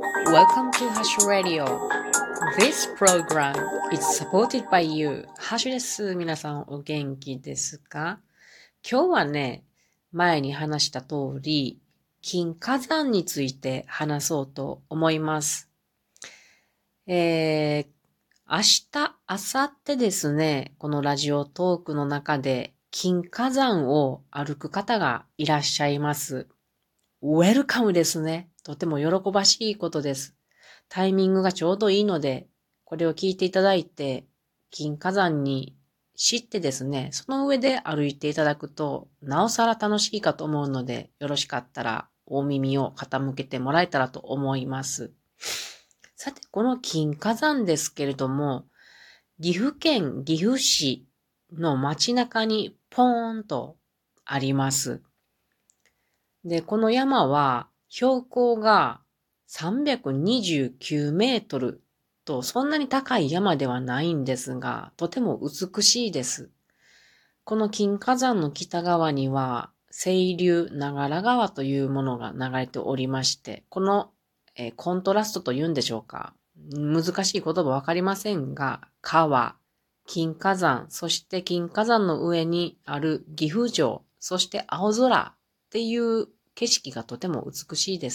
Welcome to Hash Radio. This program is supported by you. ハッシュです。皆さんお元気ですか？今日はね、前に話した通り、金火山について話そうと思います。明日、明後日ですね、このラジオトークの中で金火山を歩く方がいらっしゃいます。ウェルカムですね。とても喜ばしいことです。タイミングがちょうどいいので、これを聞いていただいて、金火山に知ってですね、その上で歩いていただくと、なおさら楽しいかと思うので、よろしかったらお耳を傾けてもらえたらと思います。さて、この金火山ですけれども、岐阜県岐阜市の街中にポーンとあります。で、この山は標高が329メートルとそんなに高い山ではないんですが、とても美しいです。この金火山の北側には清流長良川というものが流れておりまして、この、コントラストというんでしょうか。難しい言葉わかりませんが、川、金火山、そして金火山の上にある岐阜城、そして青空っていう景色がとても美しいです。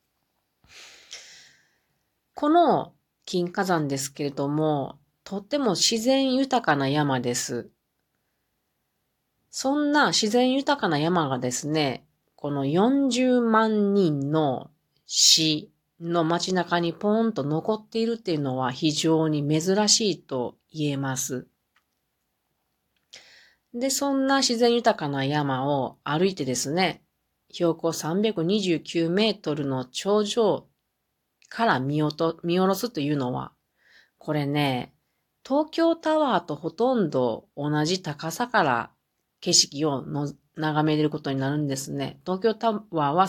この金火山ですけれども、とても自然豊かな山です。そんな自然豊かな山がですね、この40万人の市の街中にポーンと残っているっていうのは非常に珍しいと言えます。で、そんな自然豊かな山を歩いてですね、標高329メートルの頂上から見下ろすというのは、これね、東京タワーとほとんど同じ高さから景色を眺めれることになるんですね。東京タワーは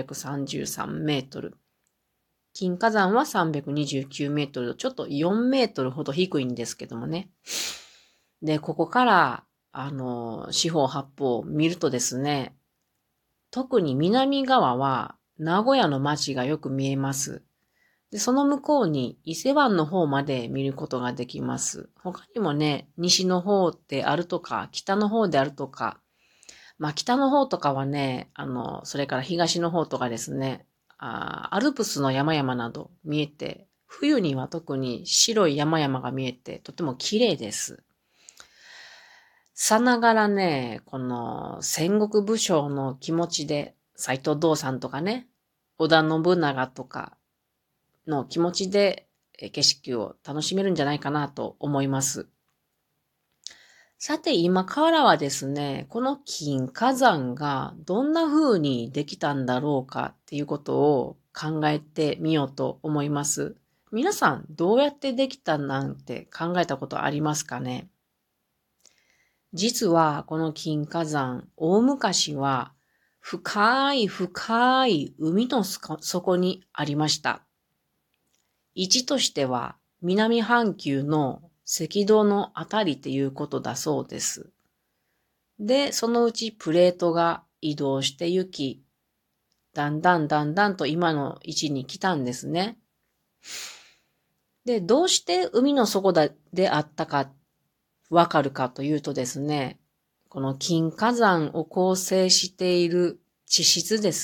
333メートル。金火山は329メートルとちょっと4メートルほど低いんですけどもね。で、ここから、四方八方を見るとですね、特に南側は名古屋の街がよく見えます。で、その向こうに伊勢湾の方まで見ることができます。他にもね、西の方であるとか、北の方であるとか、まあ北の方とかはね、それから東の方とかですね、アルプスの山々など見えて、冬には特に白い山々が見えて、とても綺麗です。さながらね、この戦国武将の気持ちで、斎藤道三とかね、織田信長とかの気持ちで景色を楽しめるんじゃないかなと思います。さて今からはですね、この金火山がどんな風にできたんだろうかっていうことを考えてみようと思います。皆さんどうやってできたなんて考えたことありますかね？実はこの金火山、大昔は深い深い海の底にありました。位置としては南半球の赤道のあたりっていうことだそうです。で、そのうちプレートが移動してゆき、だんだんと今の位置に来たんですね。で、どうして海の底であったかわかるかというとですね、この金火山を構成している地質です。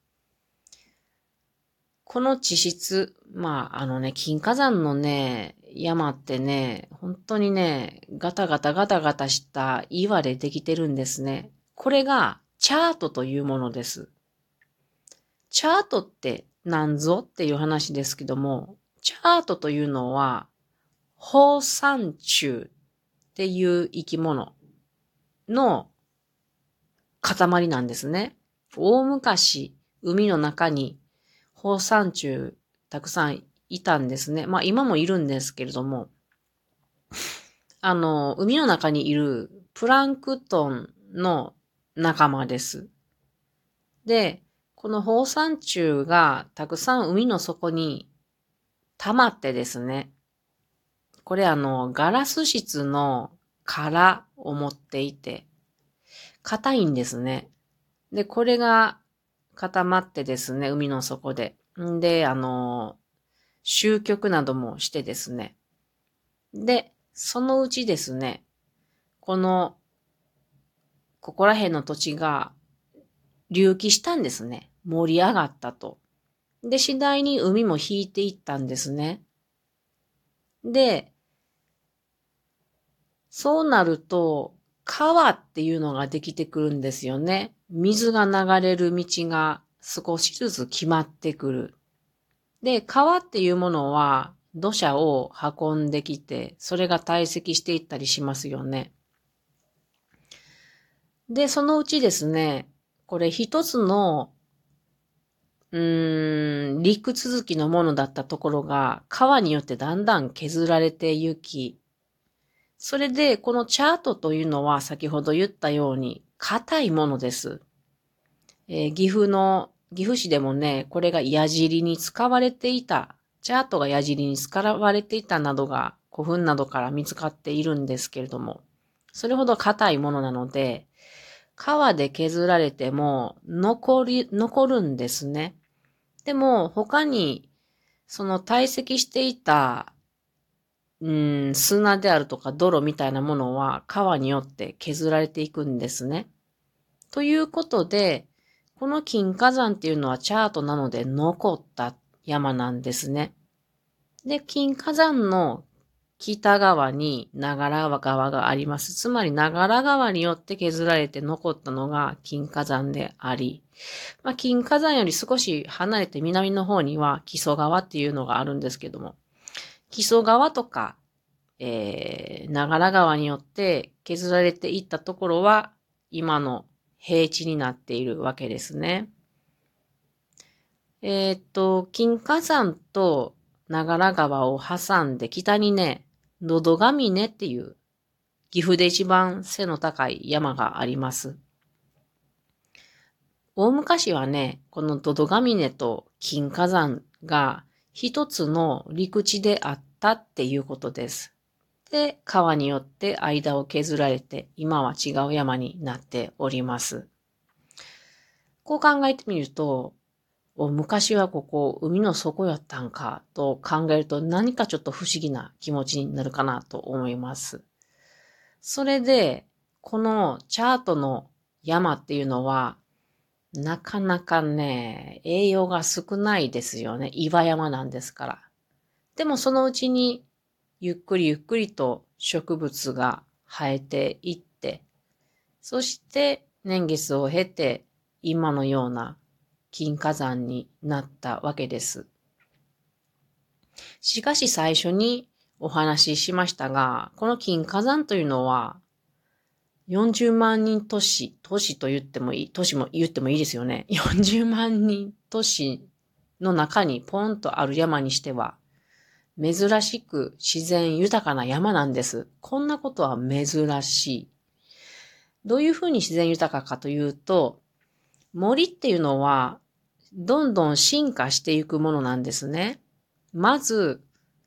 この地質、金火山のね、山ってね、本当にね、ガタガタした岩でできてるんですね。これがチャートというものです。チャートって何ぞっていう話ですけども、チャートというのは、放散虫っていう生き物の塊なんですね。大昔、海の中に放散虫たくさんいたんですね。まあ今もいるんですけれども、海の中にいるプランクトンの仲間です。で、この放散虫がたくさん海の底に溜まってですね、これガラス質の殻を持っていて、硬いんですね。で、これが固まってですね、海の底で。 んで、集局などもしてですね。で、そのうちですね、ここら辺の土地が隆起したんですね。盛り上がったと。で、次第に海も引いていったんですね。で、そうなると、川っていうのができてくるんですよね。水が流れる道が少しずつ決まってくる。で、川っていうものは土砂を運んできて、それが堆積していったりしますよね。で、そのうちですね、これ一つの、陸続きのものだったところが川によってだんだん削られてゆき、それでこのチャートというのは先ほど言ったように硬いものです。岐阜市でもね、これが矢尻に使われていた、チャートが矢尻に使われていたなどが古墳などから見つかっているんですけれども、それほど硬いものなので、川で削られても残るんですね。でも他にその堆積していた、砂であるとか泥みたいなものは川によって削られていくんですね。ということで、この金火山っていうのはチャートなので残った山なんですね。で、金火山の北側に長良川があります。つまり長良川によって削られて残ったのが金火山であり、金火山より少し離れて南の方には木曽川っていうのがあるんですけども、木曽川とか、長良川によって削られていったところは今の平地になっているわけですね。金華山と長良川を挟んで北にね、のどが峰っていう岐阜で一番背の高い山があります。大昔はね、このどどが峰と金華山が一つの陸地であったっていうことです。で、川によって間を削られて、今は違う山になっております。こう考えてみると、昔はここ海の底やったんかと考えると何かちょっと不思議な気持ちになるかなと思います。それで、このチャートの山っていうのは、なかなかね、栄養が少ないですよね。岩山なんですから。でもそのうちにゆっくりゆっくりと植物が生えていって、そして年月を経て今のような金火山になったわけです。しかし最初にお話ししましたが、この金火山というのは40万人都市と言ってもいい、都市も言ってもいいですよね。40万人都市の中にポンとある山にしては、珍しく自然豊かな山なんです。こんなことは珍しい。どういうふうに自然豊かかというと、森っていうのは、どんどん進化していくものなんですね。まず、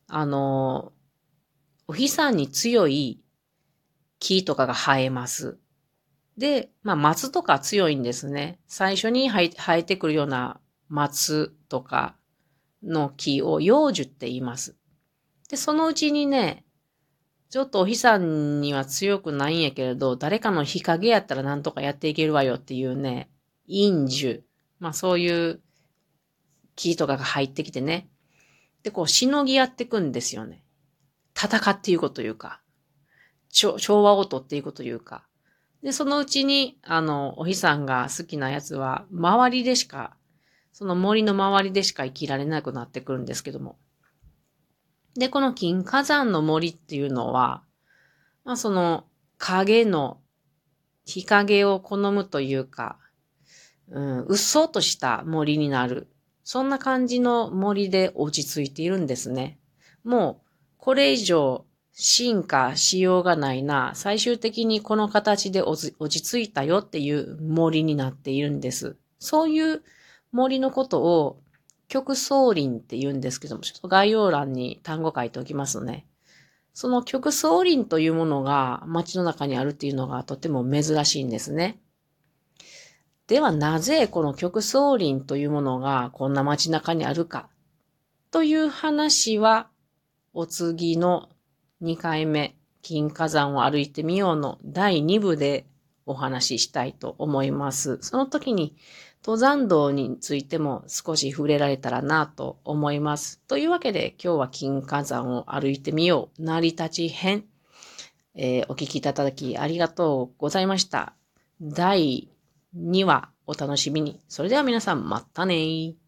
お日さんに強い木とかが生えます。で、松とか強いんですね。最初に生えてくるような松とかの木を葉樹って言います。で、そのうちにね、ちょっとお日さんには強くないんやけれど、誰かの日陰やったらなんとかやっていけるわよっていうね、陰樹。そういう木とかが入ってきてね。で、こう、しのぎ合ってくんですよね。戦っていくというか、調和をとっていくというか。で、そのうちに、お日さんが好きなやつは、その森の周りでしか生きられなくなってくるんですけども。で、この金火山の森っていうのは、その日陰を好むというか、うっそうとした森になる。そんな感じの森で落ち着いているんですね。もう、これ以上進化しようがないな。最終的にこの形で落ち着いたよっていう森になっているんです。そういう森のことを極層林って言うんですけども、ちょっと概要欄に単語書いておきますね。その極層林というものが街の中にあるっていうのがとても珍しいんですね。 ではなぜこの極層林というものがこんな街中にあるかという話はお次の2回目金華山を歩いてみようの第2部でお話ししたいと思います。その時に登山道についても少し触れられたらなと思います。というわけで今日は金華山を歩いてみよう成り立ち編、お聞きいただきありがとうございました。第2話お楽しみに。それでは皆さんまたねー。